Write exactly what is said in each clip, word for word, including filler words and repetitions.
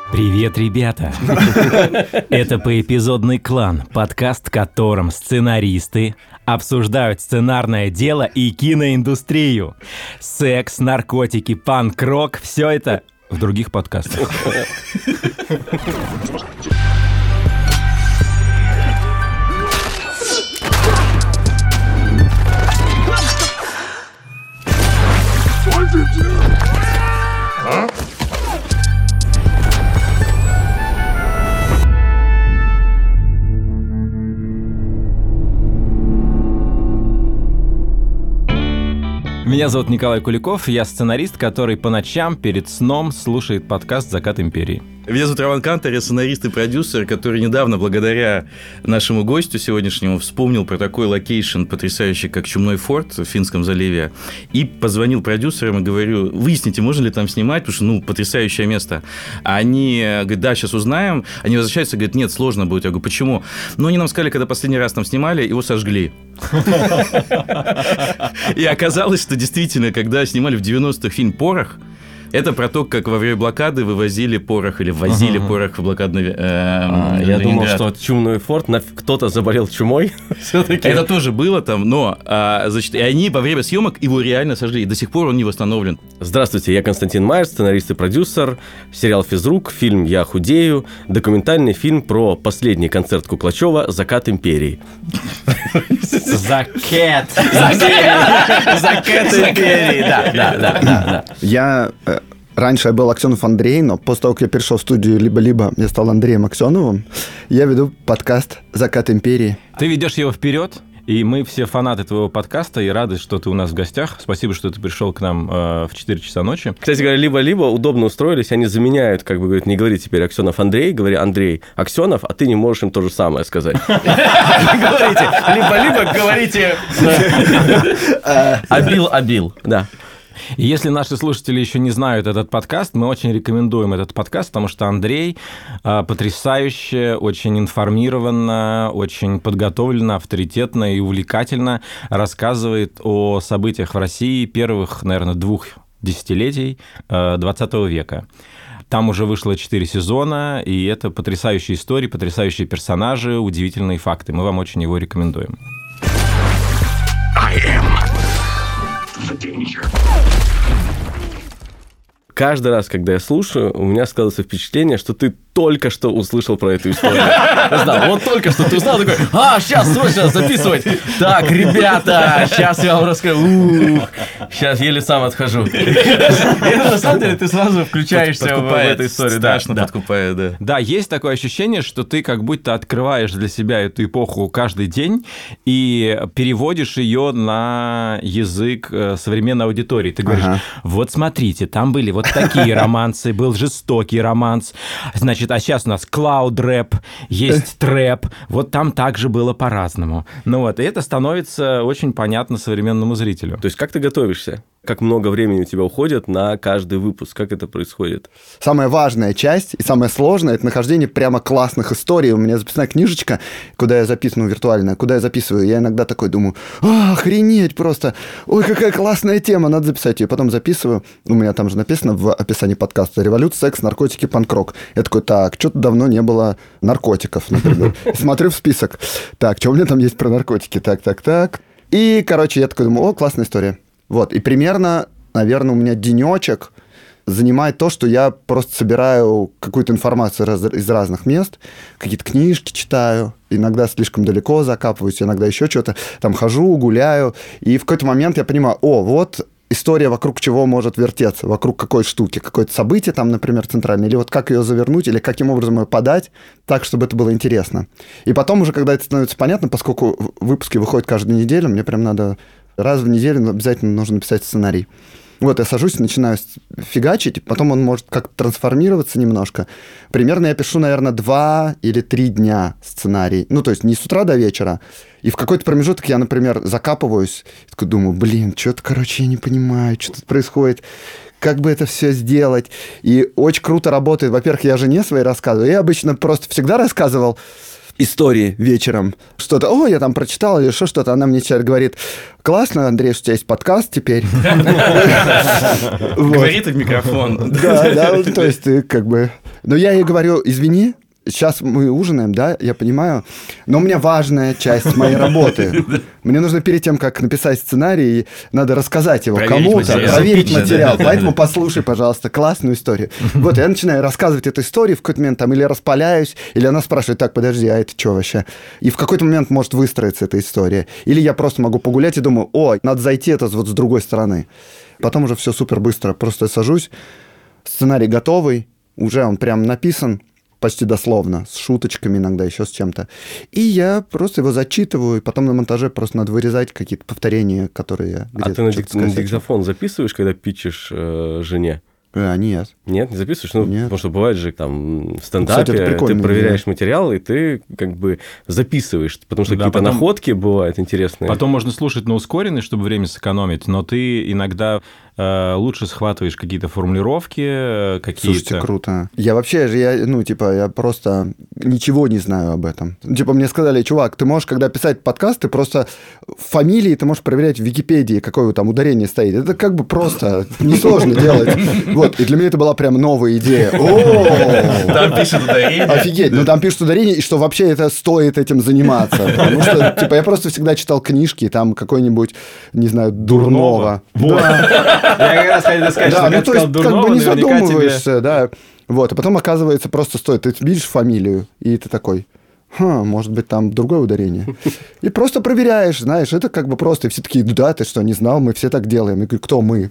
Привет, ребята! Это «Поэпизодный клан», подкаст, в котором сценаристы обсуждают сценарное дело и киноиндустрию. Секс, наркотики, панк-рок – все это в других подкастах. Меня зовут Николай Куликов, я сценарист, который по ночам перед сном слушает подкаст «Закат империи». Меня зовут Роман Кантер, я сценарист и продюсер, который недавно, благодаря нашему гостю сегодняшнему, вспомнил про такой локейшн потрясающий, как Чумной форт в Финском заливе, и позвонил продюсерам и говорю: выясните, можно ли там снимать, потому что, ну, потрясающее место. А они говорят: да, сейчас узнаем. Они возвращаются и говорят: нет, сложно будет. Я говорю: почему? Ну, они нам сказали, когда последний раз там снимали, его сожгли. И оказалось, что действительно, когда снимали в девяностых фильм «Порох», это про то, как во время блокады вывозили порох или ввозили uh-huh. порох в блокадный э, а, Я думал, что Чумной форт, кто-то заболел чумой. Это тоже было там, но а, значит, и они во время съемок его реально сожгли, и до сих пор он не восстановлен. Здравствуйте, я Константин Майер, сценарист и продюсер, сериал «Физрук», фильм «Я худею», документальный фильм про последний концерт Куклачева «Закат империи». Закет! Закет империи, да, да, да, да. Я... Раньше я был Аксенов Андрей, но после того, как я перешел в студию «Либо-либо», я стал Андреем Аксеновым. Я веду подкаст «Закат империи». Ты ведешь его вперед, и мы все фанаты твоего подкаста и рады, что ты у нас в гостях. Спасибо, что ты пришел к нам э, в четыре часа ночи. Кстати говоря, «Либо-либо» удобно устроились, они заменяют, как бы говорят, не говори теперь Аксенов Андрей, говори Андрей Аксенов, а ты не можешь им то же самое сказать. Говорите «Либо-либо», говорите «Абил-абил», да. И если наши слушатели еще не знают этот подкаст, мы очень рекомендуем этот подкаст, потому что Андрей э, потрясающе, очень информированно, очень подготовленно, авторитетно и увлекательно рассказывает о событиях в России первых, наверное, двух десятилетий э, двадцатого века. Там уже вышло четыре сезона, и это потрясающие истории, потрясающие персонажи, удивительные факты. Мы вам очень его рекомендуем. I am the danger. Каждый раз, когда я слушаю, у меня складывается впечатление, что ты только что услышал про эту историю. Знал, вот только что ты узнал, такой: а, сейчас срочно записывать. Так, ребята, сейчас я вам расскажу. У-у-у. Сейчас еле сам отхожу. И на самом деле ты сразу включаешься в эту историю. Страшно подкупает, да. Да, есть такое ощущение, что ты как будто открываешь для себя эту эпоху каждый день и переводишь ее на язык современной аудитории. Ты говоришь: ага. вот смотрите, там были вот такие романсы, был жестокий романс, значит, а сейчас у нас клауд-рэп, есть трэп, вот там также было по-разному. Ну вот, и это становится очень понятно современному зрителю. То есть как ты готовишься? Как много времени у тебя уходит на каждый выпуск? Как это происходит? Самая важная часть и самая сложная – это нахождение прямо классных историй. У меня записана книжечка, куда я записываю, виртуальная, куда я записываю. Я иногда такой думаю: а, охренеть просто! Ой, какая классная тема, надо записать ее. Потом записываю. У меня там же написано в описании подкаста: революция, секс, наркотики, панк-рок. Я такой: так, что-то давно не было наркотиков, например. Смотрю в список. Так, что у меня там есть про наркотики? Так, так, так. И, короче, я такой думаю: о, классная история. Вот, и примерно, наверное, у меня денечек занимает то, что я просто собираю какую-то информацию раз, из разных мест, какие-то книжки читаю, иногда слишком далеко закапываюсь, иногда еще что-то, там хожу, гуляю, и в какой-то момент я понимаю: о, вот история, вокруг чего может вертеться, вокруг какой штуки, какое-то событие там, например, центральное, или вот как ее завернуть, или каким образом ее подать так, чтобы это было интересно. И потом уже, когда это становится понятно, поскольку выпуски выходят каждую неделю, мне прям надо... Раз в неделю обязательно нужно писать сценарий. Вот, я сажусь, начинаю фигачить, потом он может как-то трансформироваться немножко. Примерно я пишу, наверное, два или три дня сценарий. Ну, то есть не с утра до вечера. И в какой-то промежуток я, например, закапываюсь, такой думаю: блин, что-то, короче, я не понимаю, что тут происходит. Как бы это все сделать? И очень круто работает. Во-первых, я жене своей рассказываю. Я обычно просто всегда рассказывал истории вечером. Что-то, о, я там прочитал или что, что-то. Она мне сейчас говорит, классно, Андрей, что у тебя есть подкаст теперь. Говорит в микрофон. Да, да, то есть ты как бы... Но я ей говорю, извини, сейчас мы ужинаем, да, я понимаю, но у меня важная часть моей работы. Мне нужно перед тем, как написать сценарий, надо рассказать его проверить кому-то, материал. проверить Да, материал. да, Поэтому да. послушай, пожалуйста, классную историю. Вот, я начинаю рассказывать эту историю в какой-то момент, там, или распаляюсь, или она спрашивает, так, подожди, а это что вообще? И в какой-то момент может выстроиться эта история. Или я просто могу погулять и думаю, о, надо зайти это вот с другой стороны. Потом уже все супер быстро. Просто сажусь, сценарий готовый, уже он прям написан, почти дословно, с шуточками иногда, еще с чем-то. И я просто его зачитываю, и потом на монтаже просто надо вырезать какие-то повторения, которые я А ты на, дик- на диктофон записываешь, когда питчишь э, жене? А, нет. Нет, не записываешь? Ну, Нет. потому что бывает же там в стендапе, Кстати, это ты прикольно, проверяешь да. материал, и ты как бы записываешь, потому что Да, какие-то потом- находки бывают интересные. Потом можно слушать на ускоренный, чтобы время сэкономить, но ты иногда э, лучше схватываешь какие-то формулировки, э, какие-то... Слушайте, круто. Я вообще же, я, ну, типа, я просто ничего не знаю об этом. Типа, мне сказали, чувак, ты можешь, когда писать подкаст, ты просто фамилии ты можешь проверять в Википедии, какое там ударение стоит. Это как бы просто несложно делать. Вот, и для меня это была прям новая идея. О, Там пишет ударение. офигеть, ну там пишут ударение, и что вообще это стоит этим заниматься. Потому что, типа, я просто всегда читал книжки, там какой-нибудь, не знаю, Дурнова. Вот. Я как раз хотел сказать, Да, что ну когда то сказал есть как Дурнова, бы не наверняка тебе... задумываешься, да. Вот, а потом оказывается просто стоит. Ты видишь фамилию, и ты такой, хм, может быть, там другое ударение. И просто проверяешь, знаешь, это как бы просто. И все такие, да, ты что, не знал, мы все так делаем. Я говорю, кто мы?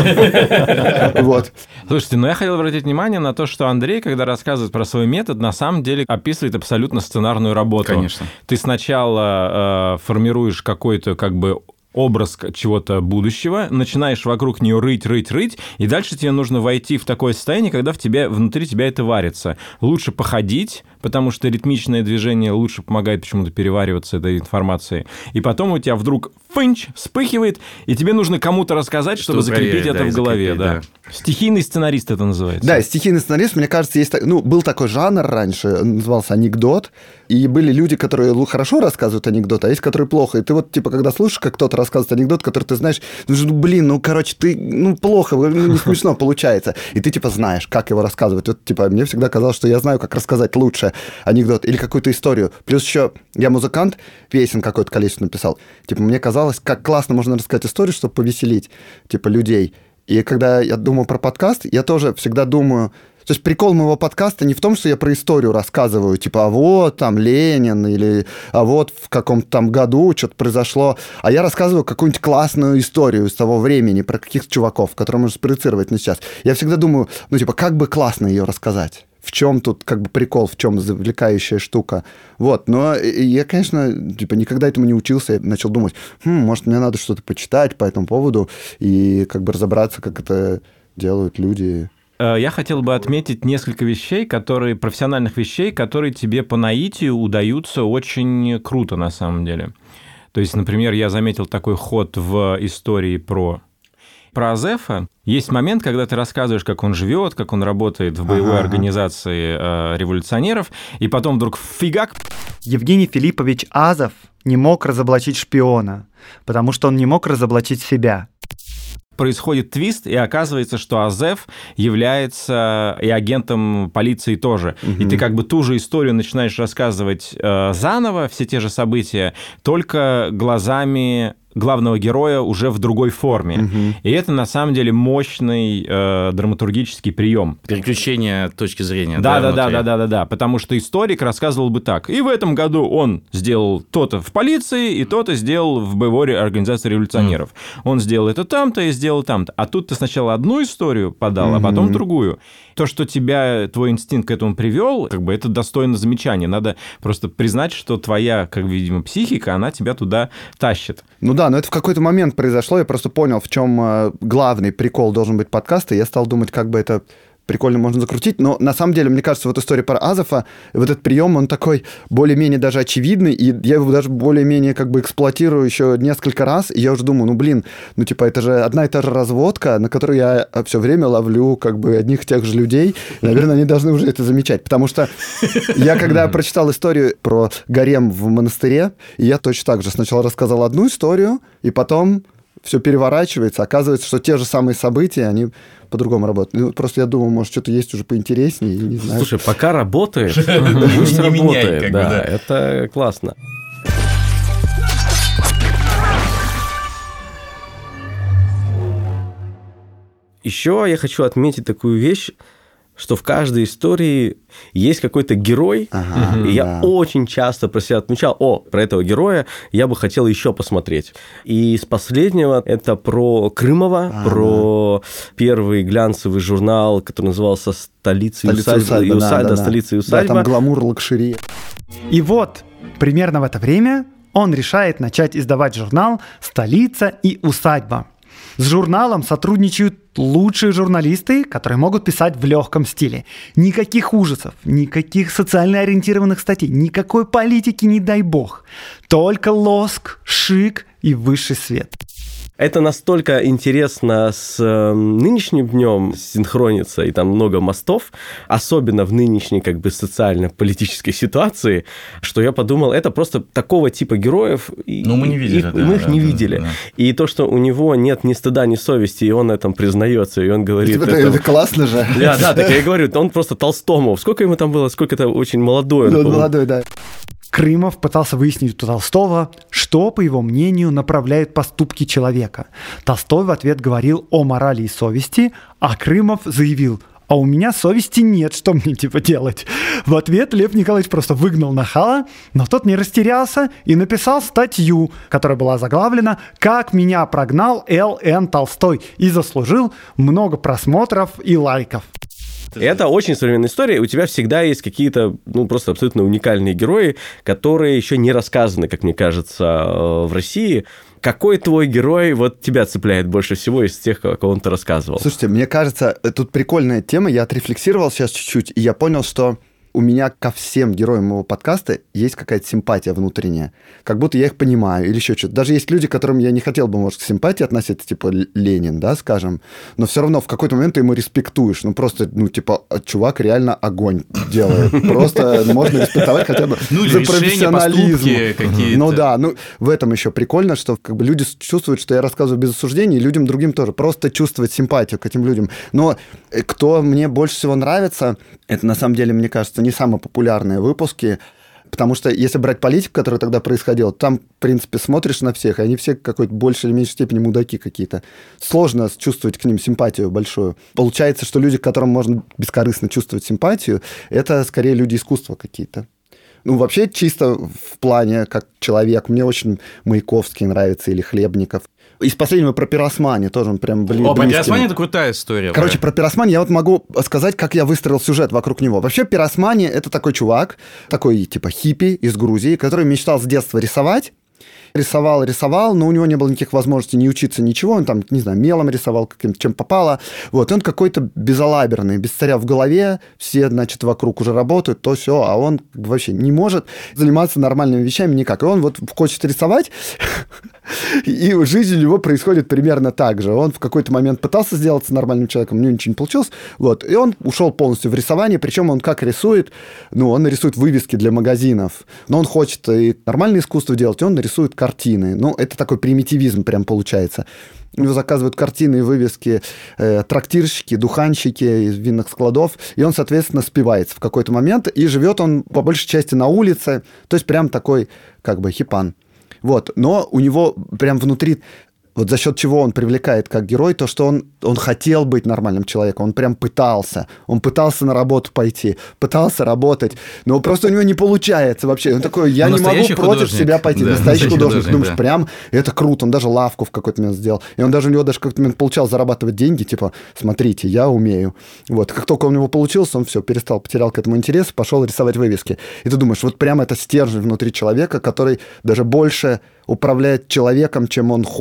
Все. Вот. Слушайте, ну я хотел обратить внимание на то, что Андрей, когда рассказывает про свой метод, на самом деле описывает абсолютно сценарную работу. Конечно. Ты сначала э, формируешь какой-то как бы образ чего-то будущего, начинаешь вокруг нее рыть, рыть, рыть, и дальше тебе нужно войти в такое состояние, когда в тебя, внутри тебя это варится. Лучше походить, потому что ритмичное движение лучше помогает почему-то перевариваться этой информации. И потом у тебя вдруг фынч, вспыхивает, и тебе нужно кому-то рассказать, чтобы Чтобы закрепить проверить, это да, в голове. закрепить, Да. Стихийный сценарист это называется. Да, стихийный сценарист, мне кажется, есть... так- Ну, был такой жанр раньше, назывался анекдот, и были люди, которые лу- хорошо рассказывают анекдот, а есть, которые плохо. И ты вот, типа, когда слушаешь, как кто-то рассказывает анекдот, который ты знаешь, ну, ну, блин, ну, короче, ты, ну, плохо, ну, не смешно получается. И ты, типа, знаешь, как его рассказывать. Вот, типа, мне всегда казалось, что я знаю, как рассказать лучше анекдот или какую-то историю. Плюс еще я музыкант, песен какое-то количество написал. Типа, мне казалось, как классно можно рассказать историю, чтобы повеселить, типа, людей. И когда я думаю про подкаст, я тоже всегда думаю... То есть прикол моего подкаста не в том, что я про историю рассказываю, типа, а вот там Ленин, или а вот в каком-то там году что-то произошло, а я рассказываю какую-нибудь классную историю из того времени, про каких-то чуваков, которые можно спроецировать на сейчас. Я всегда думаю, ну, типа, как бы классно ее рассказать? В чем тут как бы прикол, в чем завлекающая штука? Вот, но я, конечно, типа никогда этому не учился. Я начал думать, хм, может, мне надо что-то почитать по этому поводу и как бы разобраться, как это делают люди. Я хотел бы отметить несколько вещей, которые, профессиональных вещей, которые тебе по наитию удаются очень круто на самом деле. То есть, например, я заметил такой ход в истории про... Про Азефа есть момент, когда ты рассказываешь, как он живет, как он работает в боевой ага. организации э, революционеров, и потом вдруг фигак. Евгений Филиппович Азов не мог разоблачить шпиона, потому что он не мог разоблачить себя. Происходит твист, и оказывается, что Азеф является и агентом полиции тоже. Угу. И ты как бы ту же историю начинаешь рассказывать э, заново, все те же события, только глазами главного героя уже в другой форме. Угу. И это, на самом деле, мощный э, драматургический прием. Переключение точки зрения. Да, да, да, да, да, да, да. Потому что историк рассказывал бы так. И в этом году он сделал то-то в полиции, и то-то сделал в боевой организации революционеров. Mm. Он сделал это там-то и сделал там-то. А тут ты сначала одну историю подал, mm-hmm. а потом другую. То, что тебя, твой инстинкт к этому привел, как бы это достойно замечания. Надо просто признать, что твоя, как видимо, психика, она тебя туда тащит. Ну да, но это в какой-то момент произошло. Я просто понял, в чем главный прикол должен быть подкаста. И я стал думать, как бы это прикольно можно закрутить, но на самом деле, мне кажется, вот история про Азова, вот этот прием, он такой более-менее даже очевидный, и я его даже более-менее как бы эксплуатирую еще несколько раз, и я уже думаю, ну, блин, ну, типа, это же одна и та же разводка, на которую я все время ловлю как бы одних и тех же людей, наверное, они должны уже это замечать, потому что я, когда прочитал историю про гарем в монастыре, я точно так же сначала рассказал одну историю, и потом все переворачивается, оказывается, что те же самые события, они по-другому работают. Ну, просто я думаю, может, что-то есть уже поинтереснее, я не знаю. Слушай, пока работает, пусть работает, да, это классно. Еще я хочу отметить такую вещь, что в каждой истории есть какой-то герой, ага, и я да. очень часто про себя отмечал, о, про этого героя я бы хотел еще посмотреть. И из последнего это про Крымова, ага. про первый глянцевый журнал, который назывался «Столица и усадьба», усадьба, и усадьба, да, да, «Столица и усадьба». Да, там гламур, лакшери. И вот, примерно в это время он решает начать издавать журнал «Столица и усадьба». С журналом сотрудничают лучшие журналисты, которые могут писать в легком стиле. Никаких ужасов, никаких социально ориентированных статей, никакой политики, не дай бог. Только лоск, шик и высший свет. Это настолько интересно с нынешним днем синхронится, и там много мостов, особенно в нынешней как бы социально-политической ситуации, что я подумал, это просто такого типа героев, ну, мы не видели, их, да, мы их да, не да, видели. Да. И то, что у него нет ни стыда, ни совести, и он этом признается, и он говорит... Это, это, это классно же. Да, да, так я и говорю, он просто Толстому. Сколько ему там было? Сколько-то очень молодой. Ну, молодой, да. Крымов пытался выяснить у Толстого, что, по его мнению, направляет поступки человека. Толстой в ответ говорил о морали и совести, а Крымов заявил: а у меня совести нет, что мне типа делать? В ответ Лев Николаевич просто выгнал нахала, но тот не растерялся и написал статью, которая была заглавлена «Как меня прогнал Л Н Толстой» и заслужил много просмотров и лайков. Это очень современная история. У тебя всегда есть какие-то, ну, просто абсолютно уникальные герои, которые еще не рассказаны, как мне кажется, в России. Какой твой герой вот тебя цепляет больше всего из тех, кого он ты рассказывал? Слушайте, мне кажется, тут прикольная тема. Я отрефлексировал сейчас чуть-чуть, и я понял, что у меня ко всем героям моего подкаста есть какая-то симпатия внутренняя. Как будто я их понимаю или еще что-то. Даже есть люди, к которым я не хотел бы, может, к симпатии относиться, типа Ленин, да, скажем. Но все равно в какой-то момент ты ему респектуешь. Ну, просто, ну, типа, чувак реально огонь делает. Просто можно респектовать хотя бы за профессионализм. Ну да, ну в этом еще прикольно, что как бы люди чувствуют, что я рассказываю без осуждений, и людям другим тоже. Просто чувствовать симпатию к этим людям. Но кто мне больше всего нравится, это на самом деле, мне кажется, не самые популярные выпуски, потому что если брать политику, которая тогда происходила, там, в принципе, смотришь на всех, и они все в какой-то большей или меньшей степени мудаки какие-то. Сложно чувствовать к ним симпатию большую. Получается, что люди, к которым можно бескорыстно чувствовать симпатию, это скорее люди искусства какие-то. Ну, вообще, чисто в плане, как человек, мне очень Маяковский нравится или Хлебников. Из последнего про Пиросмани тоже он прям блин. О, про Пиросмани это крутая история. Короче, про Пиросмани я вот могу сказать, как я выстроил сюжет вокруг него. Вообще, Пиросмани — это такой чувак, такой типа хиппи из Грузии, который мечтал с детства рисовать. Рисовал, рисовал, но у него не было никаких возможностей не учиться ничего, он там, не знаю, мелом рисовал, каким-то, чем попало. Вот, он какой-то безалаберный, без царя в голове, все, значит, вокруг уже работают, то все, а он вообще не может заниматься нормальными вещами никак. И он вот хочет рисовать, и жизнь у него происходит примерно так же. Он в какой-то момент пытался сделаться нормальным человеком, у него ничего не получилось, вот, и он ушел полностью в рисование, причем он как рисует, ну, он рисует вывески для магазинов, но он хочет и нормальное искусство делать, и он рисует картины. Ну, это такой примитивизм прям получается. У него заказывают картины и вывески э, трактирщики, духанщики из винных складов, и он, соответственно, спивается в какой-то момент, и живет он по большей части на улице, то есть прям такой, как бы, хипан. Вот, но у него прям внутри, вот за счет чего он привлекает как герой, то, что он, он хотел быть нормальным человеком, он прям пытался, он пытался на работу пойти, пытался работать, но просто у него не получается вообще. Он такой, я не могу против художник. себя пойти. Да, настоящий, настоящий художник. художник. Думаешь, да. Прям это круто, он даже лавку в какой-то момент сделал. И он даже у него даже в какой-то момент получал зарабатывать деньги, типа, смотрите, я умею. Вот, как только у него получилось, он все, перестал, потерял к этому интерес, пошел рисовать вывески. И ты думаешь, вот прям это стержень внутри человека, который даже больше управляет человеком, чем он хочет, может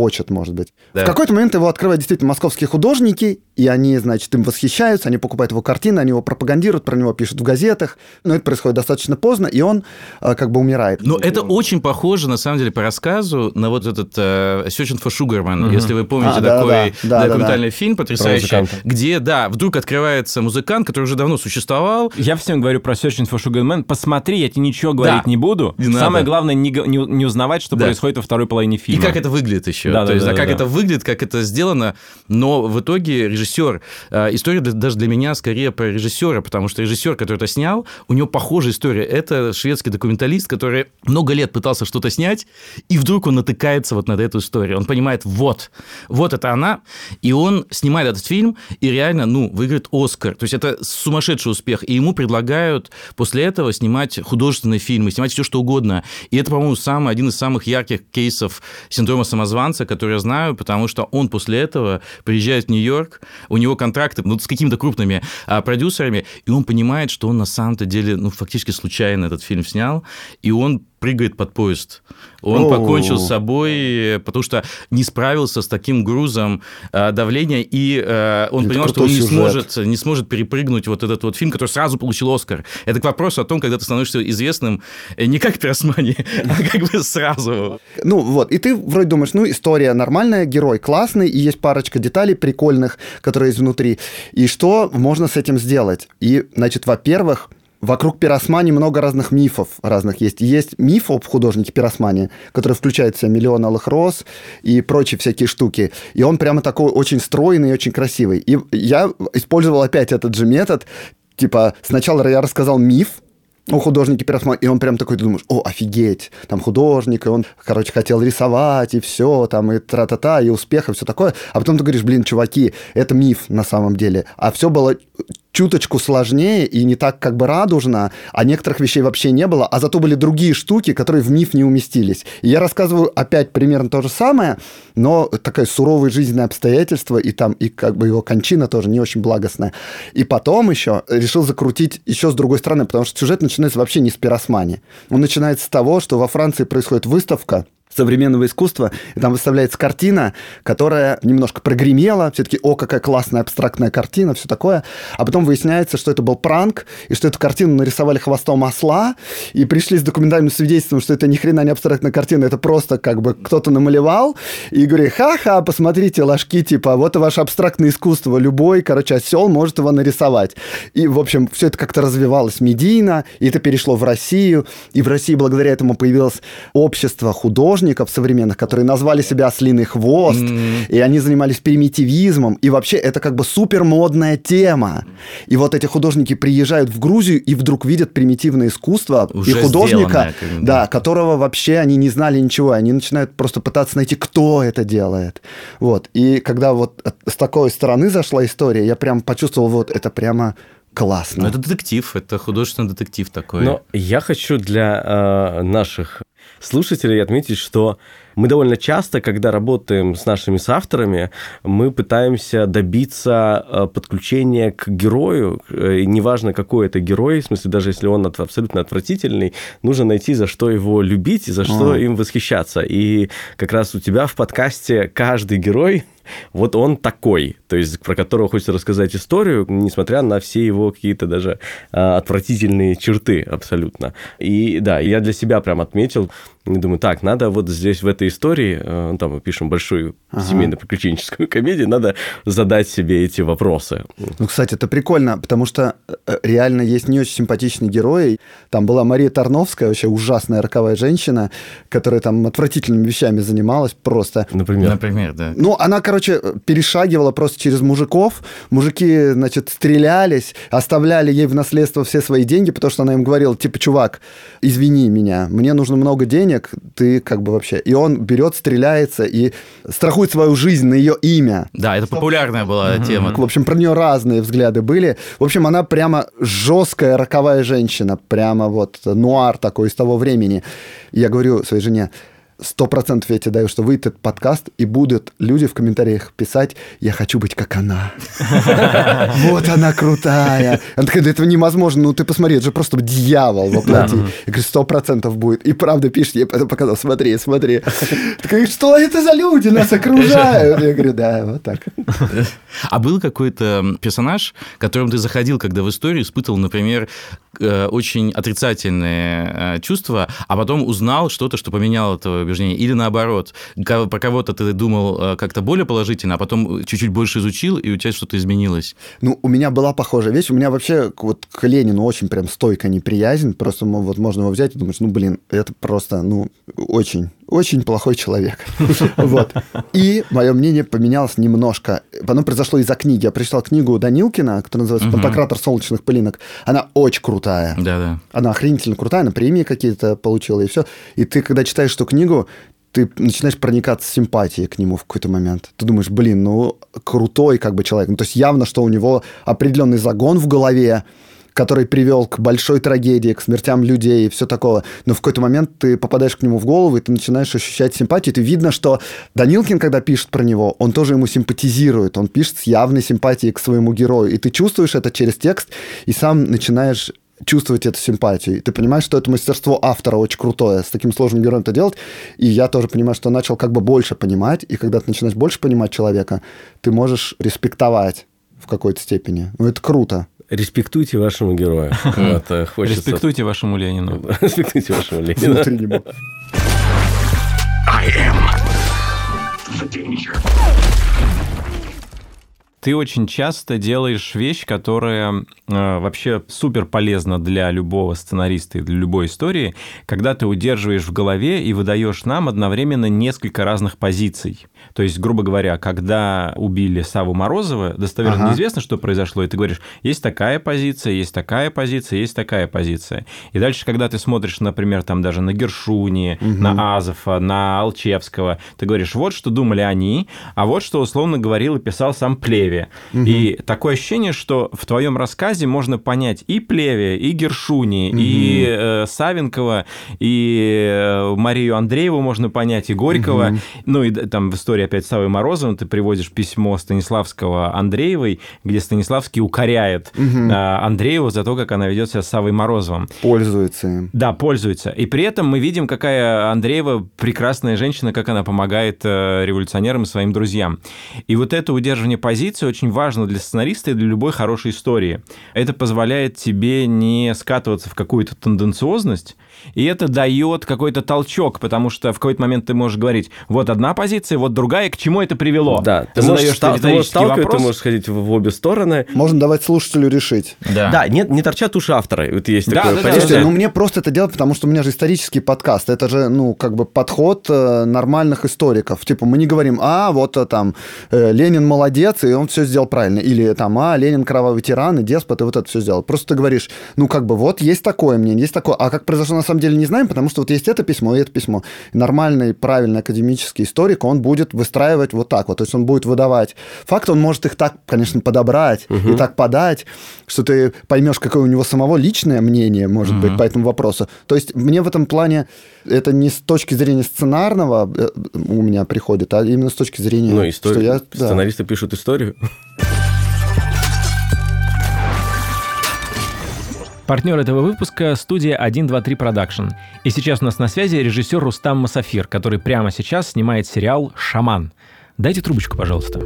может быть. Да. В какой-то момент его открывают действительно московские художники, и они, значит, им восхищаются, они покупают его картины, они его пропагандируют, про него пишут в газетах, но это происходит достаточно поздно, и он э, как бы умирает. Но это очень похоже, на самом деле, по рассказу на вот этот э, Searching for Sugarman, угу. если вы помните а, такой да, да, да, документальный да, да. фильм потрясающий, где, да, вдруг открывается музыкант, который уже давно существовал. Я всем говорю про Searching for Sugar Man. Посмотри, я тебе ничего говорить да. не буду. Не Самое надо. главное не, не, не узнавать, что да. происходит во второй половине фильма. И как это выглядит еще. Да, То да, есть, да, а да, как да. это выглядит, как это сделано. Но в итоге режиссер... Э, история даже для меня скорее про режиссера, потому что режиссер, который это снял, у него похожая история. Это шведский документалист, который много лет пытался что-то снять, и вдруг он натыкается вот на эту историю. Он понимает, вот, вот это она, и он снимает этот фильм, и реально, ну, выиграет Оскар. То есть это сумасшедший успех. И ему предлагают после этого снимать художественные фильмы, снимать все что угодно. И это, по-моему, самый, один из самых ярких кейсов синдрома самозванца, который я знаю, потому что он после этого приезжает в Нью-Йорк, у него контракты ну, с какими-то крупными а, продюсерами, и он понимает, что он на самом-то деле ну, фактически случайно этот фильм снял, и он прыгает под поезд. Он О-о-о. покончил с собой, потому что не справился с таким грузом э, давления, и э, он Это понял, что он не сюжет. сможет, не сможет перепрыгнуть вот этот вот фильм, который сразу получил Оскар. Это к вопросу о том, когда ты становишься известным не как пиросмани, а как бы сразу. Ну вот, и ты вроде думаешь, ну история нормальная, герой классный, и есть парочка деталей прикольных, которые есть внутри. И что можно с этим сделать? И, значит, во-первых, вокруг Пиросмани много разных мифов разных есть. Есть миф об художнике Пиросмани, который включает в себя «Миллион алых роз» и прочие всякие штуки. И он прямо такой очень стройный и очень красивый. И я использовал опять этот же метод. Типа сначала я рассказал миф о художнике Пиросмани, и он прям такой, ты думаешь, о, офигеть, там художник, и он, короче, хотел рисовать, и все, там, и тра-та-та, и успех, и все такое. А потом ты говоришь, блин, чуваки, это миф на самом деле. А все было чуточку сложнее и не так как бы радужно, а некоторых вещей вообще не было, а зато были другие штуки, которые в миф не уместились. И я рассказываю опять примерно то же самое, но такое суровое жизненное обстоятельство, и там, и как бы его кончина тоже не очень благостная. И потом еще решил закрутить еще с другой стороны, потому что сюжет начинается вообще не с Пиросмани. Он начинается с того, что во Франции происходит выставка современного искусства, и там выставляется картина, которая немножко прогремела, все-таки, о, какая классная абстрактная картина, все такое, а потом выясняется, что это был пранк, и что эту картину нарисовали хвостом осла, и пришли с документальным свидетельством, что это ни хрена не абстрактная картина, это просто как бы кто-то намалевал, и говорит, ха-ха, посмотрите, ложки, типа, вот и ваше абстрактное искусство, любой, короче, осел может его нарисовать. И, в общем, все это как-то развивалось медийно, и это перешло в Россию, и в России благодаря этому появилось общество художников, современных, которые назвали себя «Ослиный хвост», mm-hmm. и они занимались примитивизмом, и вообще это как бы супермодная тема. И вот эти художники приезжают в Грузию и вдруг видят примитивное искусство уже и художника, сделанное, да, которого вообще они не знали ничего, они начинают просто пытаться найти, кто это делает. Вот. И когда вот с такой стороны зашла история, я прям почувствовал, вот это прямо классно. Ну, это детектив, это художественный детектив такой. Но я хочу для э, наших слушателей отметить, что мы довольно часто, когда работаем с нашими соавторами, мы пытаемся добиться подключения к герою. И неважно, какой это герой, в смысле, даже если он абсолютно отвратительный, нужно найти, за что его любить и за что а. им восхищаться. И как раз у тебя в подкасте каждый герой, вот он такой, то есть про которого хочется рассказать историю, несмотря на все его какие-то даже а, отвратительные черты абсолютно. И да, я для себя прям отметил, думаю, так, надо вот здесь в этой истории, э, там мы пишем большую ага. семейно-приключенческую комедию, надо задать себе эти вопросы. Ну, кстати, это прикольно, потому что реально есть не очень симпатичные герои. Там была Мария Тарновская, вообще ужасная роковая женщина, которая там отвратительными вещами занималась просто. Например? Например, да. Ну, она, короче, перешагивала просто через мужиков. Мужики, значит, стрелялись, оставляли ей в наследство все свои деньги, потому что она им говорила, типа, чувак, извини меня, мне нужно много денег, ты как бы вообще... И он берет, стреляется и страхует свою жизнь на ее имя. Да, это популярная была mm-hmm. тема. В общем, про нее разные взгляды были. В общем, она прямо жесткая роковая женщина, прямо вот нуар такой из того времени. И я говорю своей жене, Сто процентов я тебе даю, что выйдет этот подкаст, и будут люди в комментариях писать: «Я хочу быть как она». Вот она крутая. Она такая: да это невозможно, ну ты посмотри, это же просто дьявол во плоти. Я говорю: сто процентов будет. И правда пишет, я потом показал: смотри, смотри. Такая: что это за люди, нас окружают? Я говорю: да, вот так. А был какой-то персонаж, которым ты заходил, когда в историю испытывал, например, очень отрицательные чувства, а потом узнал что-то, что поменяло твое убеждение? Или наоборот, про кого-то ты думал как-то более положительно, а потом чуть-чуть больше изучил, и у тебя что-то изменилось? Ну, у меня была похожая вещь. У меня вообще вот к Ленину очень прям стойко неприязнь. Просто вот можно его взять и думаешь: ну, блин, это просто, ну, очень... Очень плохой человек. Вот. И мое мнение поменялось немножко. Оно произошло из-за книги. Я прочитал книгу Данилкина, которая называется «Пантократор солнечных пылинок». Она очень крутая. Да-да. Она охренительно крутая, она премии какие-то получила, и все. И ты, когда читаешь эту книгу, ты начинаешь проникаться симпатией к нему в какой-то момент. Ты думаешь: блин, ну, крутой как бы человек. Ну, то есть явно, что у него определенный загон в голове, который привел к большой трагедии, к смертям людей и все такое. Но в какой-то момент ты попадаешь к нему в голову, и ты начинаешь ощущать симпатию. И ты видно, что Данилкин, когда пишет про него, он тоже ему симпатизирует. Он пишет с явной симпатией к своему герою. И ты чувствуешь это через текст, и сам начинаешь чувствовать эту симпатию. И ты понимаешь, что это мастерство автора очень крутое, с таким сложным героем это делать. И я тоже понимаю, что начал как бы больше понимать. И когда ты начинаешь больше понимать человека, ты можешь респектовать в какой-то степени. Ну, это круто. Респектуйте вашему герою. Вот, хочется... Респектуйте вашему Ленину. Респектуйте вашему Ленину. Внутреннему. I am the danger. Ты очень часто делаешь вещь, которая э, вообще супер полезна для любого сценариста и для любой истории, когда ты удерживаешь в голове и выдаешь нам одновременно несколько разных позиций. То есть, грубо говоря, когда убили Савву Морозова, достоверно ага. неизвестно, что произошло, и ты говоришь: есть такая позиция, есть такая позиция, есть такая позиция. И дальше, когда ты смотришь, например, там даже на Гершуни, угу. на Азова, на Алчевского, ты говоришь: вот что думали они, а вот что условно говорил и писал сам Плеве. Угу. И такое ощущение, что в твоем рассказе можно понять и Плеве, и Гершуни, угу. и э, Савенкова, и э, Марию Андрееву можно понять, и Горького. Угу. Ну и там в истории опять с Саввой Морозовым ты приводишь письмо Станиславского Андреевой, где Станиславский укоряет угу. э, Андрееву за то, как она ведет себя с Саввой Морозовым. Пользуется им. Да, пользуется. И при этом мы видим, какая Андреева прекрасная женщина, как она помогает э, революционерам и своим друзьям. И вот это удерживание позиции очень важно для сценариста и для любой хорошей истории. Это позволяет тебе не скатываться в какую-то тенденциозность, и это дает какой-то толчок, потому что в какой-то момент ты можешь говорить: вот одна позиция, вот другая, к чему это привело. Да, ты, ты можешь сталкивать, ты можешь ходить в обе стороны. Можно давать слушателю решить. Да, да, не, не торчат уши автора. Вот есть да, такое да, понятие. Слушайте, ну мне просто это делать, потому что у меня же исторический подкаст. Это же, ну, как бы подход нормальных историков. Типа мы не говорим: а, вот там Ленин молодец, и он все сделал правильно. Или там: а, Ленин кровавый тиран и деспот, и вот это все сделал. Просто ты говоришь: ну, как бы вот есть такое мнение, есть такое. А как произошло на самом деле, не знаем, потому что вот есть это письмо и это письмо. И нормальный, правильный академический историк, он будет выстраивать вот так вот. То есть он будет выдавать факты, он может их так, конечно, подобрать угу. и так подать, что ты поймешь, какое у него самого личное мнение может угу. быть по этому вопросу. То есть мне в этом плане это не с точки зрения сценарного у меня приходит, а именно с точки зрения... Ну, история. Что я, сценаристы да. пишут историю. Партнер этого выпуска – студия один два три Production. И сейчас у нас на связи режиссер Рустам Масафир, который прямо сейчас снимает сериал «Шаман». Дайте трубочку, пожалуйста.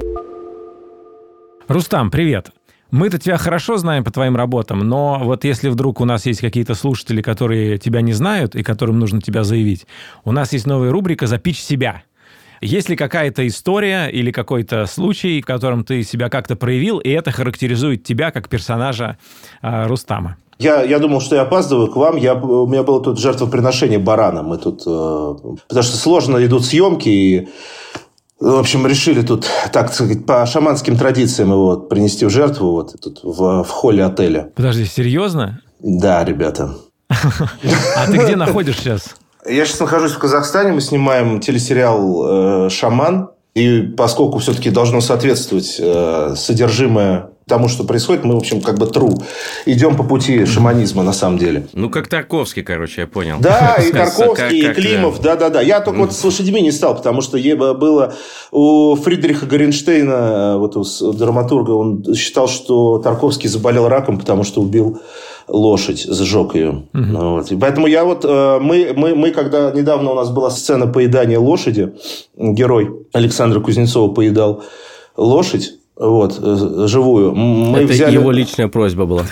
Рустам, привет. Мы-то тебя хорошо знаем по твоим работам, но вот если вдруг у нас есть какие-то слушатели, которые тебя не знают и которым нужно тебя заявить, у нас есть новая рубрика «Запичь себя». Есть ли какая-то история или какой-то случай, в котором ты себя как-то проявил, и это характеризует тебя как персонажа э, Рустама? Я, я думал, что я опаздываю к вам. Я, у меня было тут жертвоприношение барана. Мы тут, э, потому что сложно идут съемки, и, в общем, решили тут, так сказать, по шаманским традициям его принести в жертву вот тут в, в холле отеля. Подожди, серьезно? Да, ребята. А ты где находишься сейчас? Я сейчас нахожусь в Казахстане, мы снимаем телесериал э, «Шаман», и поскольку все-таки должно соответствовать э, содержимое тому, что происходит, мы, в общем, как бы true. Идем по пути шаманизма, на самом деле. Ну, как Тарковский, короче, я понял. Да, и Тарковский, и Климов, да-да-да. Я только вот с лошадьми не стал, потому что было у Фридриха Горенштейна, вот у драматурга, он считал, что Тарковский заболел раком, потому что убил лошадь, сжег ее. Угу. Вот. И поэтому я вот... Мы, мы, мы, когда недавно у нас была сцена поедания лошади, герой Александра Кузнецова поедал лошадь, вот, живую. Мы Это взяли... его личная просьба была.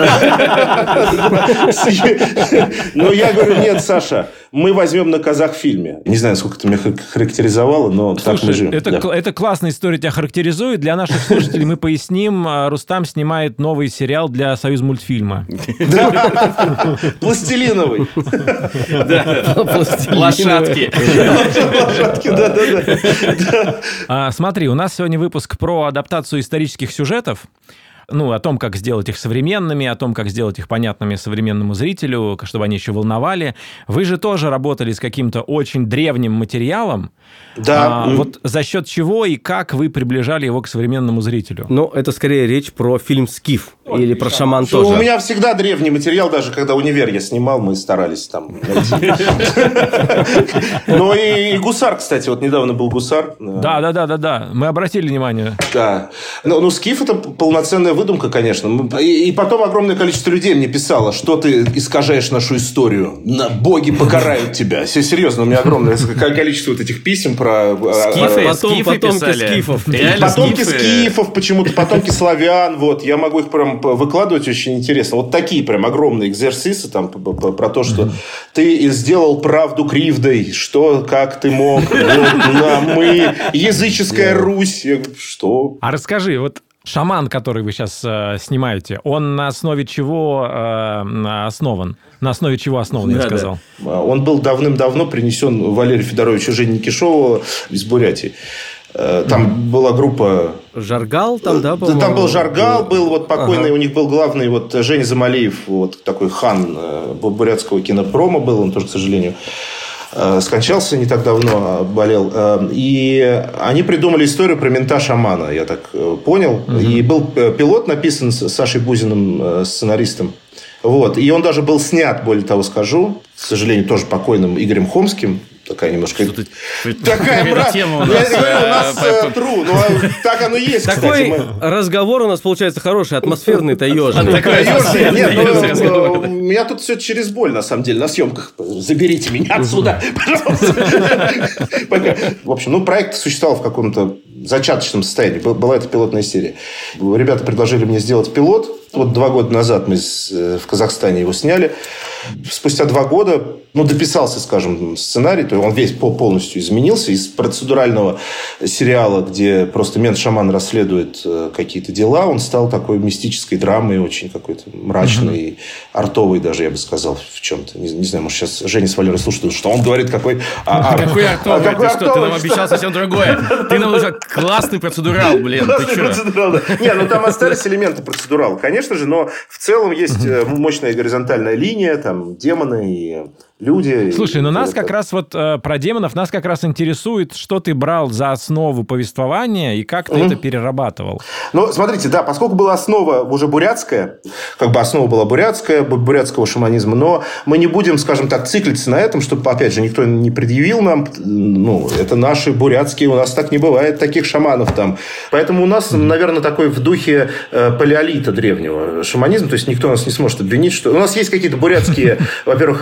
Но я говорю, нет, Саша, мы возьмем на Казахфильме. Не знаю, сколько ты меня характеризовала, но так мы живем. Это классная история тебя характеризует. Для наших слушателей мы поясним. Рустам снимает новый сериал для Союзмультфильма. Пластилиновый. Лошадки. Лошадки, да-да-да. Смотри, у нас сегодня выпуск про адаптацию исторических сюжетов, ну, о том, как сделать их современными, о том, как сделать их понятными современному зрителю, чтобы они еще волновали. Вы же тоже работали с каким-то очень древним материалом. Да. А, вот за счет чего и как вы приближали его к современному зрителю? Ну, это скорее речь про фильм «Скиф». Ой, или про «Шаман» тоже. У меня всегда древний материал, даже когда «Универ» я снимал, мы старались там найти. Ну и «Гусар», кстати, вот недавно был «Гусар». Да, да, да, да, да. Мы обратили внимание. Да. Ну, «Скиф» — это полноценная выдумка, конечно. И потом огромное количество людей мне писало, что ты искажаешь нашу историю. Боги покарают тебя. Серьезно, у меня огромное количество вот этих писем про... Скифы, потом, скифы потомки писали. скифов. Реально потомки скифы. скифов, почему-то потомки славян. Вот. Я могу их прям выкладывать очень интересно. Вот такие прям огромные экзерсисы там, про то, что ты сделал правду кривдой. Что, как ты мог? Вот, на, мы, языческая Русь. Я говорю, что? А расскажи, вот «Шаман», который вы сейчас э, снимаете, он на основе чего э, основан? На основе чего основан, я да, сказал? Да. Он был давным-давно принесен Валерию Федоровичу Жене Никишову из Бурятии. Там mm-hmm. была группа... Жаргал там, да, по-моему? Там был Жаргал, был вот покойный, ага. у них был главный вот Женя Замалиев, вот такой хан бурятского кинопрома был, он тоже, к сожалению, скончался не так давно, болел. И они придумали историю про мента-шамана, я так понял. Mm-hmm. И был пилот написан с Сашей Бузиным, сценаристом. Вот. И он даже был снят, более того скажу, к сожалению, тоже покойным Игорем Хомским. Такая немножко... Такая мразь. Тема у нас. Я говорю, у нас тру. Ну, так оно и есть, Такой кстати. разговор у нас получается хороший, атмосферный, таежный. Таежный. Нет, ну, у меня тут все через боль, на самом деле, на съемках. Заберите меня отсюда, пожалуйста. В общем, ну, проект существовал в каком-то зачаточном состоянии. Была эта пилотная серия. Ребята предложили мне сделать пилот. Вот два года назад мы в Казахстане его сняли. Спустя два года, ну, дописался, скажем, сценарий, то он весь полностью изменился. Из процедурального сериала, где просто мент-шаман расследует какие-то дела, он стал такой мистической драмой, очень какой-то мрачной, mm-hmm. артовой даже, я бы сказал, в чем-то. Не, не знаю, может, сейчас Женя с Валерой слушают, что он говорит, какой... А, какой артовый? А, какой ты артовый? Что, ты нам обещал совсем другое. Ты нам уже классный процедурал, блин, ты что? Не, ну, там остались элементы процедурала, конечно же, но в целом есть мощная горизонтальная линия, там, демоны и люди. Слушай, ну нас это... как раз вот э, про демонов нас как раз интересует, что ты брал за основу повествования и как ты mm-hmm. это перерабатывал. Ну, смотрите, да, поскольку была основа уже бурятская, как бы основа была бурятская, бурятского шаманизма, но мы не будем, скажем так, циклиться на этом, чтобы, опять же, никто не предъявил нам, ну, это наши бурятские, у нас так не бывает таких шаманов там. Поэтому у нас, mm-hmm. наверное, такой в духе э, палеолита древнего шаманизм, то есть никто нас не сможет обвинить, что... У нас есть какие-то бурятские, во-первых,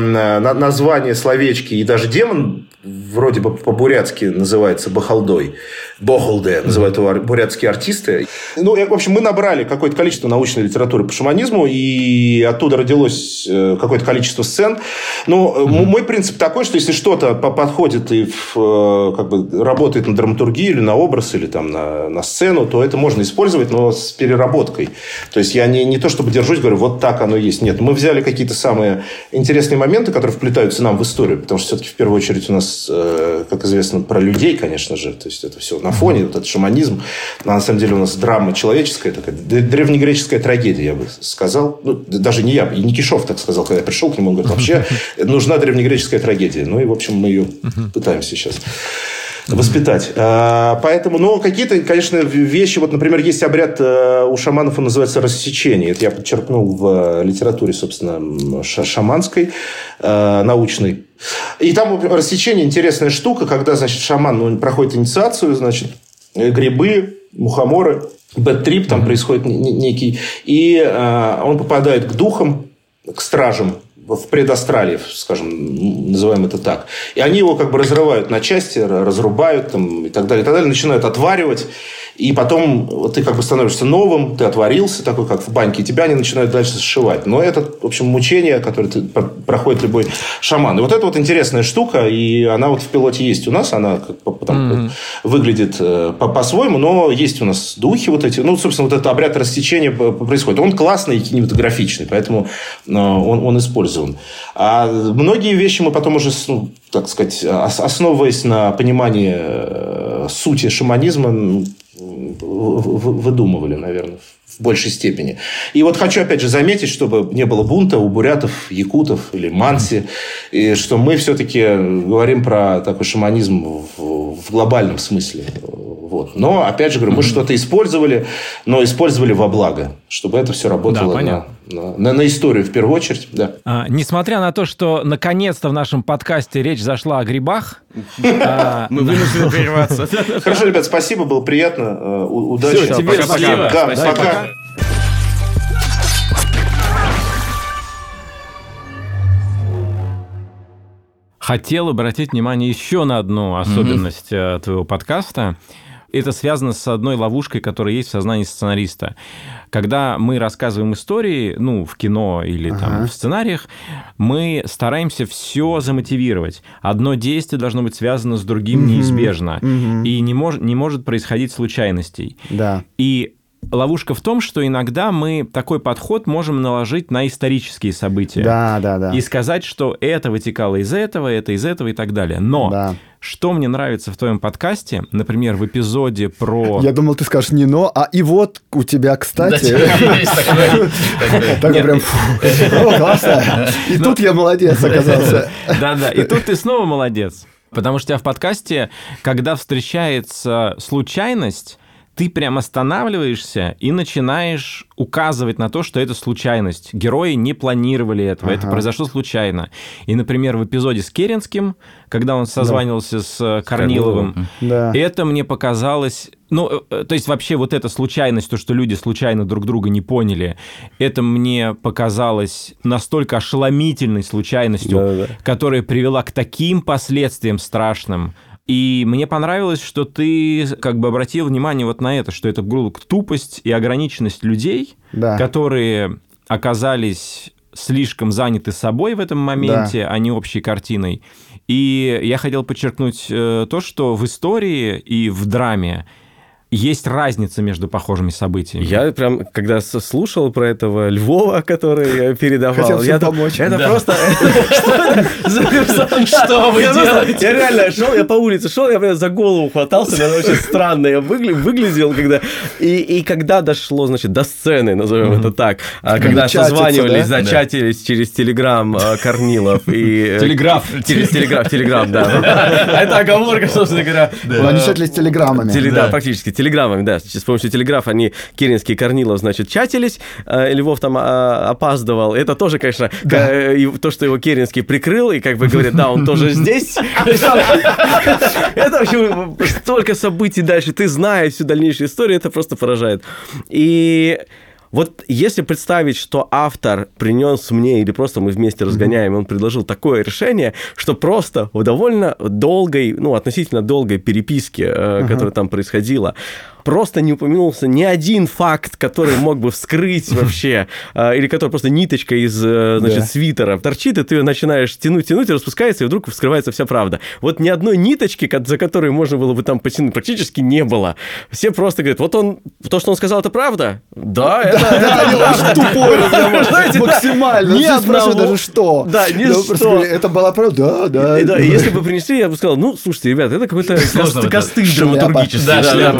название, словечки, и даже демон вроде бы по-бурятски называется Бахалдой. Бохолде называют его бурятские артисты. Ну, в общем, мы набрали какое-то количество научной литературы по шаманизму, и оттуда родилось какое-то количество сцен. Но mm-hmm. мой принцип такой, что если что-то подходит и в, как бы, работает на драматургию или на образ, или там, на, на сцену, то это можно использовать, но с переработкой. То есть я не, не то чтобы держусь, говорю, вот так оно есть. Нет, мы взяли какие-то самые интересные моменты, которые вплетаются нам в историю, потому что все-таки в первую очередь у нас, как известно, про людей, конечно же, то есть это все на фоне, вот этот шаманизм, но на самом деле у нас драма человеческая, такая древнегреческая трагедия, я бы сказал, ну, даже не я, и Никишов так сказал, когда я пришел к нему, он говорит, вообще нужна древнегреческая трагедия, ну и в общем мы ее пытаемся сейчас воспитать. Поэтому, ну, какие-то, конечно, вещи, вот, например, есть обряд у шаманов, он называется рассечение. Это я подчеркнул в литературе, собственно, шаманской, научной. И там рассечение интересная штука, когда, значит, шаман ну, проходит инициацию, значит, грибы, мухоморы, бэд-трип там mm-hmm. происходит некий, и э, он попадает к духам, к стражам в предастрале, скажем, называем это так. И они его как бы разрывают на части, разрубают там, и так далее, и так далее, начинают отваривать. И потом ты как бы становишься новым, ты отварился, такой как в баньке, и тебя они начинают дальше сшивать. Но это, в общем, мучение, которое ты, проходит любой шаман. И вот это вот интересная штука, и она вот в пилоте есть у нас, она как, там, mm-hmm. выглядит э, по- по-своему, но есть у нас духи вот эти. Ну, собственно, вот этот обряд рассечения происходит. Он классный и кинематографичный, поэтому э, он, он использован. А многие вещи мы потом уже, ну, так сказать, основываясь на понимании э, сути шаманизма, выдумывали, наверное, в большей степени. И вот хочу, опять же, заметить, чтобы не было бунта у бурятов, якутов или манси, и что мы все-таки говорим про такой шаманизм в, в глобальном смысле. Вот. Но, опять же, говорю, мы что-то использовали, но использовали во благо, чтобы это все работало да, на, на, на, на историю в первую очередь. Да. А, несмотря на то, что наконец-то в нашем подкасте речь зашла о грибах, мы вынуждены прерваться. Хорошо, ребят, спасибо, было приятно. Удачи. Все, тебе спасибо. Да, пока. Хотел обратить внимание еще на одну особенность mm-hmm. твоего подкаста. Это связано с одной ловушкой, которая есть в сознании сценариста. Когда мы рассказываем истории, ну, в кино или там, ага. в сценариях, мы стараемся все замотивировать. Одно действие должно быть связано с другим mm-hmm. неизбежно. Mm-hmm. И не, мож, не может происходить случайностей. Да. И ловушка в том, что иногда мы такой подход можем наложить на исторические события. Да, да, да. И сказать, что это вытекало из этого, это из этого и так далее. Но да. что мне нравится в твоем подкасте, например, в эпизоде про... Я думал, ты скажешь не «но», а «и вот у тебя, кстати». Так прям, о, классно. И тут я молодец оказался. Да-да, и тут ты снова молодец. Потому что у тебя в подкасте, когда встречается случайность, ты прям останавливаешься и начинаешь указывать на то, что это случайность. Герои не планировали этого, ага. это произошло случайно. И, например, в эпизоде с Керенским, когда он созванивался да. с Корниловым, да. это мне показалось... Ну, то есть вообще вот эта случайность, то, что люди случайно друг друга не поняли, это мне показалось настолько ошеломительной случайностью, да, да. которая привела к таким последствиям страшным. И мне понравилось, что ты как бы обратил внимание вот на это, что это, грубо говоря, тупость и ограниченность людей, да. которые оказались слишком заняты собой в этом моменте, да. а не общей картиной. И я хотел подчеркнуть то, что в истории и в драме есть разница между похожими событиями. Я прям, когда слушал про этого Львова, который передавал... Хотел всем помочь. Это просто... Что вы делаете? Я реально шел, я по улице шел, я прям за голову хватался, это очень странно я выглядел, когда... И когда дошло, значит, до сцены, назовем это так, когда созванивались, зачатились через Телеграм Корнилов и... Телеграф. Через Телеграф, Телеграм, да. Это оговорка, собственно говоря. Они чатились телеграммами. Да, практически. Телеграммами, да. С помощью телеграфа они, Керенский и Корнилов, значит, чатились. Львов там опаздывал. Это тоже, конечно, да. то, что его Керенский прикрыл, и как бы говорит, да, он тоже здесь. Это вообще столько событий дальше. Ты знаешь всю дальнейшую историю, это просто поражает. И... Вот если представить, что автор принес мне, или просто мы вместе разгоняем, он предложил такое решение, что просто в довольно долгой, ну, относительно долгой переписке, uh-huh. которая там происходила, просто не упомянулся ни один факт, который мог бы вскрыть вообще, или который просто ниточка из, значит, да. свитера торчит, и ты ее начинаешь тянуть, тянуть, и распускается, и вдруг вскрывается вся правда. Вот ни одной ниточки, за которой можно было бы там потянуть, практически не было. Все просто говорят, вот он, то, что он сказал, это правда? Да, это это тупой разговор, максимально. Ни одного. Даже что. Да, ни что. Это была правда, да, да. Если бы принесли, я бы сказал, ну, слушайте, ребята, это какой-то костыль драматургический. Да,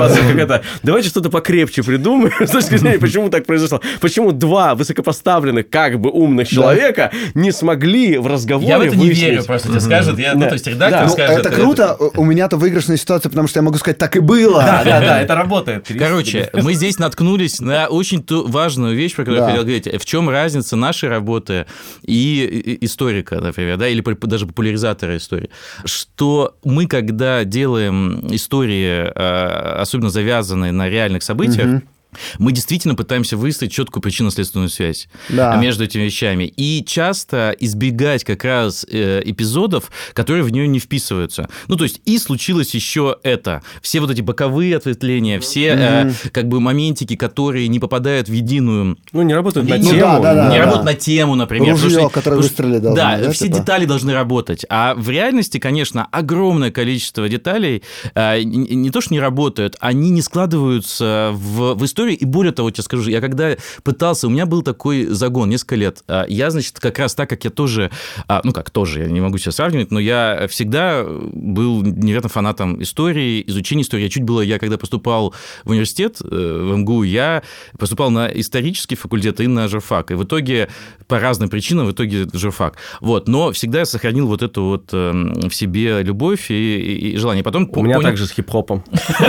это, давайте что-то покрепче придумаем, с точки зрения, почему так произошло. Почему два высокопоставленных, как бы умных человека не смогли в разговоре Я в это выяснить... не верю, просто тебе скажет, я, ну, то есть редактор Да. Ну, скажет... это круто, у меня-то выигрышная ситуация, потому что я могу сказать, так и было. Да, да, да, это работает. Короче, мы здесь наткнулись на очень ту важную вещь, про которую Да. я хотел говорить. В чем разница нашей работы и и- историка, например, да, или по- даже популяризатора истории. Что мы, когда делаем истории, э, особенно завязанные на реальных событиях, мы действительно пытаемся выстроить четкую причинно-следственную связь Да. между этими вещами. И часто избегать как раз э, эпизодов, которые в нее не вписываются. Ну, то есть, и случилось еще это. Все вот эти боковые ответвления, все э, как бы моментики, которые не попадают в единую... Ну, не работают на Ну, тему. да, да, да. не работают на тему, например. Ружье, потому что- которое потому что- выстрелить должно, Да, да, все типа? детали должны работать. А в реальности, конечно, огромное количество деталей э, не, не то, что не работают, они не складываются в, в историю. И более того, тебе скажу, я когда пытался, у меня был такой загон несколько лет. А Я, значит, как раз так, как я тоже, а, ну как тоже, я не могу себя сравнивать, но я всегда был невероятно фанатом истории, изучения истории. Я чуть было, я когда поступал в университет, э, в эм гэ у, я поступал на исторический факультет и на журфак. И в итоге, по разным причинам, в итоге журфак. Вот. Но всегда я сохранил вот эту вот э, в себе любовь и, и- и желание. Потом У меня понял- также с хип-хопом.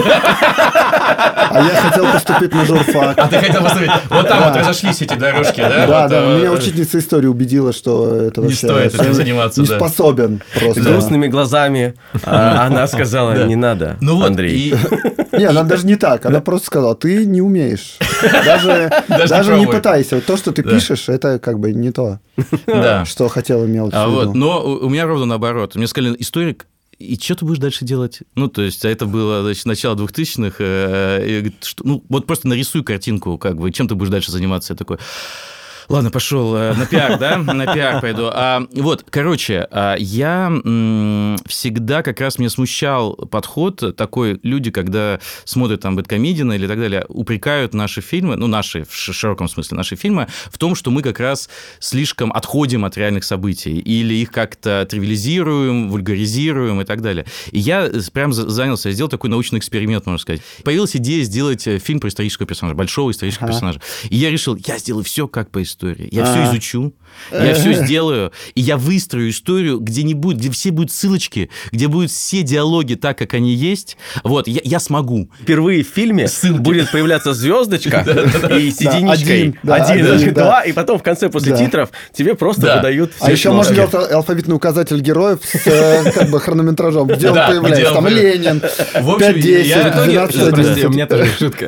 А я хотел поступить на журфак. А ты хотел поставить... Вот там вот разошлись эти дорожки, да? Да, Вот, да, э, меня учительница истории убедила, что это Не вообще... стоит этим я заниматься, Не да. способен С просто. грустными глазами а, она сказала, не надо, Ну вот, Андрей. и- Не, она даже не так. Она просто сказала, ты не умеешь. Даже, Даже даже не не пробуй. пытайся. Вот то, что ты пишешь, это как бы не то, Да. что хотела иметь в А вот, виду. но у у меня ровно наоборот. Мне сказали, историк, и что ты будешь дальше делать? Ну, то есть, а это было, значит, начало двухтысячных. э, и говорит, что- ну, вот просто нарисуй картинку, как бы, чем ты будешь дальше заниматься. Я такой... Ладно, пошел э, на пиар, да? На пиар пойду. А, вот, короче, а, я м, всегда как раз меня смущал подход такой. Люди, когда смотрят там Бэдкомедиана или так далее, упрекают наши фильмы, ну, наши, в ш- широком смысле, наши фильмы, в том, что мы как раз слишком отходим от реальных событий или их как-то тривиализируем, вульгаризируем и так далее. И я прям за- занялся, я сделал такой научный эксперимент, можно сказать. Появилась идея сделать э, фильм про исторического персонажа, большого исторического Ага. персонажа. И я решил, я сделаю все как по истории. Я все А. изучу, я все сделаю, и я выстрою историю, где не будет, где все будут ссылочки, где будут все диалоги так, как они есть. Вот, я, я смогу. Впервые в фильме Ссылки. будет появляться звездочка и с Да, единичкой. один, да, Один, один, да. два, и потом в конце после Да. титров тебе просто Да. выдают А все еще кнопки. можно делать алфавитный указатель героев с э, как бы хронометражом, где он Да, где появляется. он Там появляется. Ленин, В общем, пять десять, я в итоге- двенадцать Прости, у одиннадцать. меня тоже шутка.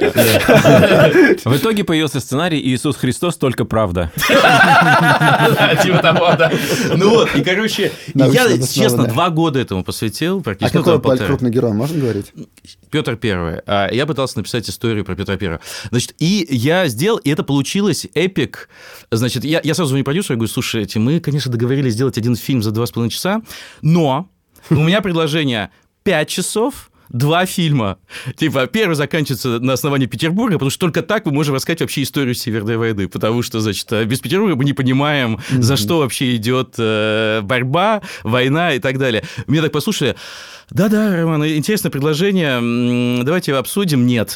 В итоге появился сценарий «Иисус Христос, только правда». Типа того, да. Ну вот, и, короче, Научно я, обоснованно. честно, два года этому посвятил, А практически, ну, какой там, полтора. крупный герой, можно говорить? Петр Первый. А Я пытался написать историю про Петра Первого. Значит, и я сделал, и это получилось эпик. Значит, я, я сразу звоню продюсеру и говорю, слушайте, мы, конечно, договорились сделать один фильм за два с половиной часа, но у меня предложение пять часов, два фильма. Типа, первый заканчивается на основании Петербурга, потому что только так мы можем рассказать вообще историю Северной войны, потому что, значит, без Петербурга мы не понимаем, за что вообще идет э, борьба, война и так далее. Меня так послушали. Да-да, Роман, интересное предложение. М, Давайте его обсудим. Нет.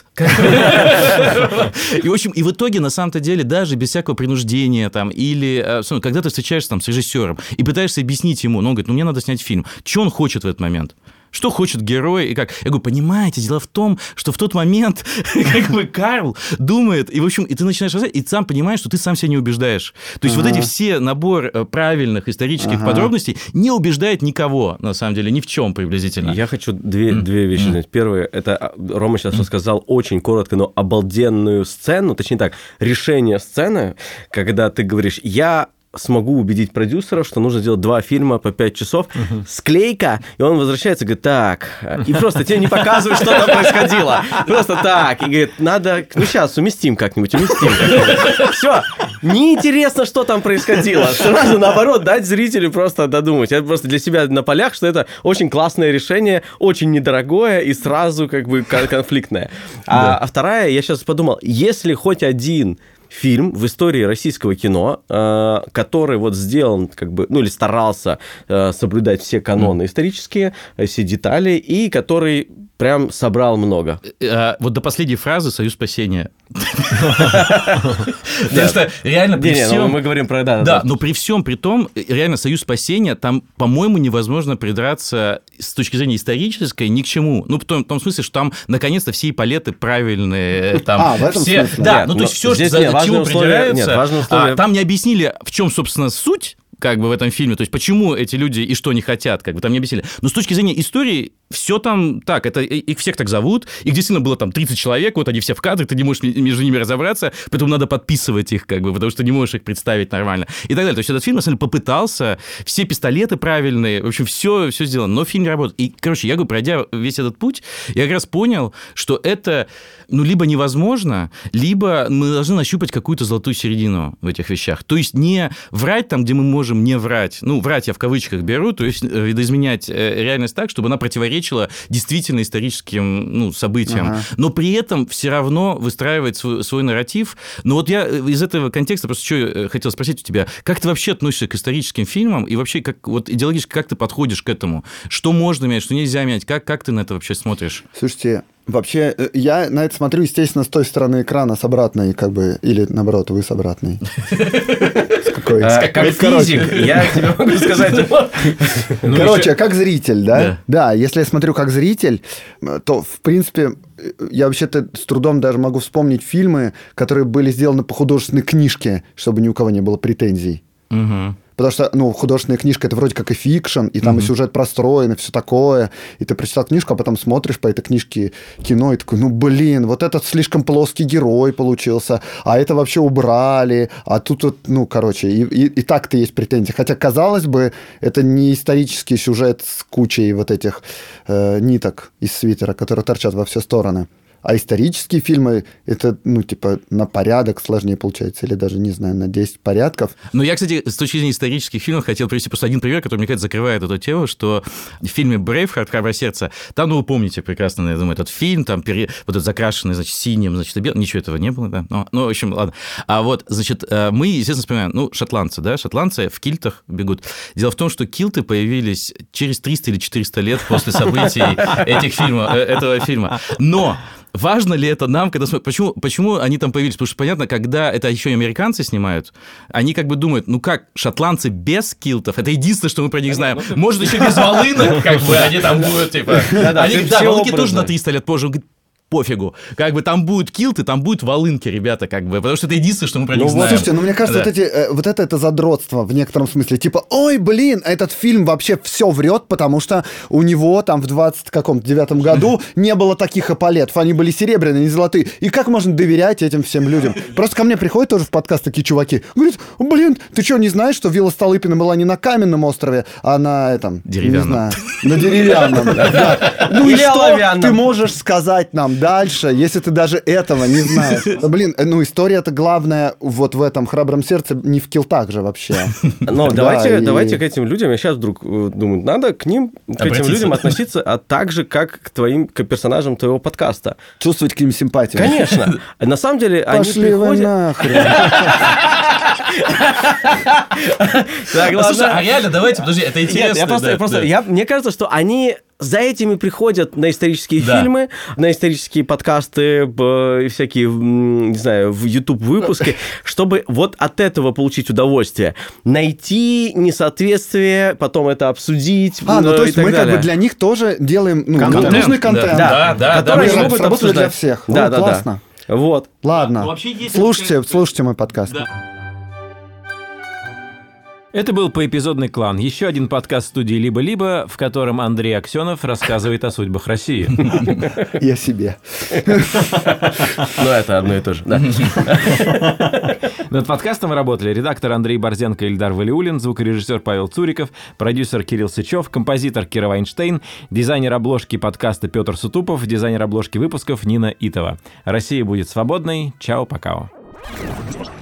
И, в общем, и в итоге, на самом-то деле, даже без всякого принуждения там, или э, смотри, когда ты встречаешься там с режиссером и пытаешься объяснить ему, ну, он говорит, ну, мне надо снять фильм. Что он хочет в этот момент? Что хочет герой и как? Я говорю, понимаете, дело в том, что в тот момент как бы Карл думает, и, в общем, и ты начинаешь рассказать, и сам понимаешь, что ты сам себя не убеждаешь. То есть вот эти все набор э, правильных исторических подробностей не убеждает никого, на самом деле, ни в чем приблизительно. Я хочу две, две вещи знать. Первое, это Рома сейчас рассказал очень коротко, но обалденную сцену, точнее так, решение сцены, когда ты говоришь, я смогу убедить продюсеров, что нужно сделать два фильма по пять часов, склейка, и он возвращается и говорит, так, и просто тебе не показывают, что там происходило, просто так, и говорит, надо, ну сейчас, уместим как-нибудь, уместим как-нибудь. Все, неинтересно, что там происходило, сразу наоборот, дать зрителю просто додумать, я просто для себя на полях, что это очень классное решение, очень недорогое и сразу как бы конфликтное. А, а вторая, я сейчас подумал, если хоть один фильм в истории российского кино, э, который вот сделан, как бы, ну, или старался э, соблюдать все каноны исторические, э, все детали, и который прям собрал много. Вот до последней фразы «Союз спасения». Потому что реально при всем... Мы говорим про... Да, но при всем при том, реально «Союз спасения», там, по-моему, невозможно придраться с точки зрения исторической ни к чему. Ну, в том, в том смысле, что там, наконец-то, все эполеты правильные. Там, а, в этом все, смысле? Да, Нет, ну, то есть все, здесь за нет, чего условие, придираются, нет, важное условие... а, там не объяснили, в чем, собственно, суть, как бы в этом фильме, то есть почему эти люди и что они хотят, как бы там не объяснили. Но с точки зрения истории все там так, это их всех так зовут, их действительно было там тридцать человек, вот они все в кадре, ты не можешь между ними разобраться, поэтому надо подписывать их, как бы, потому что не можешь их представить нормально. И так далее. То есть этот фильм, на самом деле, попытался, все пистолеты правильные, в общем, все, все сделано, но фильм не работает. И, короче, я говорю, пройдя весь этот путь, я как раз понял, что это, ну, либо невозможно, либо мы должны нащупать какую-то золотую середину в этих вещах. То есть не врать там, где мы можем не врать, ну, врать я в кавычках беру, то есть видоизменять реальность так, чтобы она противоречила действительно историческим, ну, событиям, ага. но при этом все равно выстраивать свой, свой нарратив. Но вот я из этого контекста просто что хотел спросить у тебя, как ты вообще относишься к историческим фильмам и вообще как вот идеологически как ты подходишь к этому? Что можно менять, что нельзя менять? Как, как ты на это вообще смотришь? Слушайте, вообще, я на это смотрю, естественно, с той стороны экрана, с обратной, как бы, или наоборот, вы с обратной. Как физик, я тебе могу сказать. Короче, как зритель, да? Да, если я смотрю как зритель, то, в принципе, я вообще-то с трудом даже могу вспомнить фильмы, которые были сделаны по художественной книжке, чтобы ни у кого не было претензий. Потому что, ну, художественная книжка – это вроде как и фикшн, и там mm-hmm. и сюжет простроен, и все такое. И ты прочитал книжку, а потом смотришь по этой книжке кино, и такой, ну, блин, вот этот слишком плоский герой получился, а это вообще убрали, а тут вот, ну, короче, и, и, и так-то есть претензии. Хотя, казалось бы, это не исторический сюжет с кучей вот этих э, ниток из свитера, которые торчат во все стороны. А исторические фильмы, это, ну, типа, на порядок сложнее получается, или даже, не знаю, на десять порядков. Ну, я, кстати, с точки зрения исторических фильмов хотел привести просто один пример, который, мне кажется, закрывает эту тему, что в фильме «Брейвхарт. Храброе сердце», там, ну, вы помните прекрасно, я думаю, этот фильм, там, пере... вот этот закрашенный, значит, синим, значит, белым, ничего этого не было, да, ну, ну, в общем, ладно. А вот, значит, мы, естественно, вспоминаем, ну, шотландцы, да, шотландцы в килтах бегут. Дело в том, что килты появились через триста или четыреста лет после событий этих фильмов, этого фильма. Но важно ли это нам, когда смотрим? Почему, почему они там появились? Потому что, понятно, когда это еще и американцы снимают, они как бы думают, ну как, шотландцы без килтов? Это единственное, что мы про них знаем. Может, еще без волынок, как бы, они там будут, типа... Да, волынки тоже на триста лет позже. Он говорит, пофигу. Как бы там будут килты, там будут волынки, ребята, как бы, потому что это единственное, что мы про них ну, знаем. Слушайте, ну мне кажется, да. вот, эти, э, вот это это задротство в некотором смысле. Типа, ой, блин, этот фильм вообще все врет, потому что у него там в двадцать девятом году не было таких эполетов, они были серебряные, не золотые. И как можно доверять этим всем людям? Просто ко мне приходят тоже в подкаст такие чуваки, говорят, блин, ты что, не знаешь, что вилла Столыпина была не на каменном острове, а на этом... Деревянном. На деревянном. Ну и что ты можешь сказать нам дальше, если ты даже этого не знаешь? Блин, ну история это главное вот в этом «Храбром сердце», не в килтах же вообще. Но давайте, давайте к этим людям, я сейчас вдруг думаю, надо к ним, к этим людям относиться а так же, как к твоим, к персонажам твоего подкаста. Чувствовать к ним симпатию. Конечно. На самом деле они приходят... Пошли вы нахрен. Так, ладно. Слушай, а реально, давайте, подожди, это интересно. Нет, я просто, да, просто да. Я, мне кажется, что они за этими приходят на исторические да. фильмы, на исторические подкасты, всякие, не знаю, в YouTube-выпуски, чтобы вот от этого получить удовольствие. Найти несоответствие, потом это обсудить. А, ну то есть мы далее. Как бы для них тоже делаем ну, контент. нужный контент, да, да, да, который да, могут обсуждать для всех. Да, ну, да, классно. Да. Вот. Ладно. Ну, слушайте, слушайте мой подкаст. Да. Это был «Поэпизодный клан», еще один подкаст студии «Либо-либо», в котором Андрей Аксенов рассказывает о судьбах России. И о себе. Ну, это одно и то же, да. Над подкастом работали редактор Андрей Борзенко и Ильдар Валиуллин, звукорежиссер Павел Цуриков, продюсер Кирилл Сычев, композитор Кира Вайнштейн, дизайнер обложки подкаста Петр Сутупов, дизайнер обложки выпусков Нина Итова. Россия будет свободной. Чао-покао.